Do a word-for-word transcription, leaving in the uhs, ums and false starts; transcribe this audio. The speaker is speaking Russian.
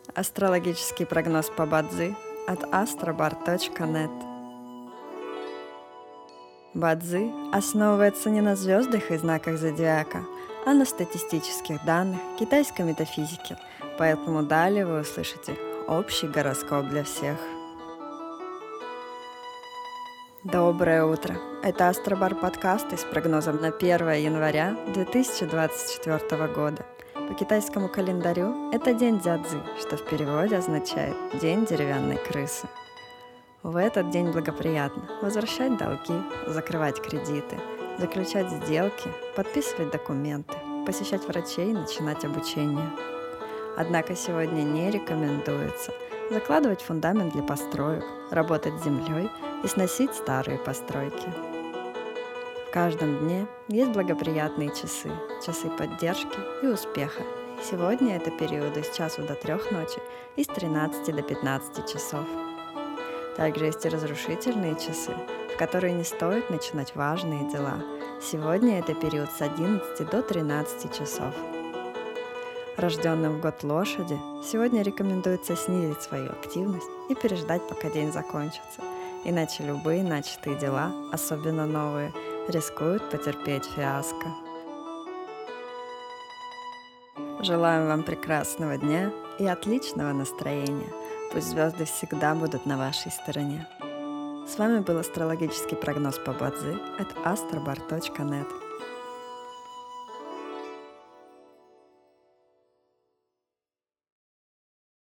Астрологический прогноз по Бадзи от астробар точка нет. Бадзи основывается не на звездах и знаках зодиака, а на статистических данных китайской метафизики, поэтому далее вы услышите общий гороскоп для всех. Доброе утро! Это Астробар подкасты с прогнозом на первое января две тысячи двадцать четвёртого года. По китайскому календарю это день Дзядзи, что в переводе означает «день деревянной крысы». В этот день благоприятно возвращать долги, закрывать кредиты, заключать сделки, подписывать документы, посещать врачей и начинать обучение. Однако сегодня не рекомендуется закладывать фундамент для построек, работать с землей и сносить старые постройки. В каждом дне есть благоприятные часы, часы поддержки и успеха. Сегодня это периоды с часу до трех ночи и с тринадцати до пятнадцати часов. Также есть и разрушительные часы, в которые не стоит начинать важные дела. Сегодня это период с одиннадцати до тринадцати часов. Рожденным в год лошади сегодня рекомендуется снизить свою активность и переждать, пока день закончится. Иначе любые начатые дела, особенно новые, рискуют потерпеть фиаско. Желаем вам прекрасного дня и отличного настроения. Пусть звезды всегда будут на вашей стороне. С вами был астрологический прогноз по Бадзи от астробар точка нет.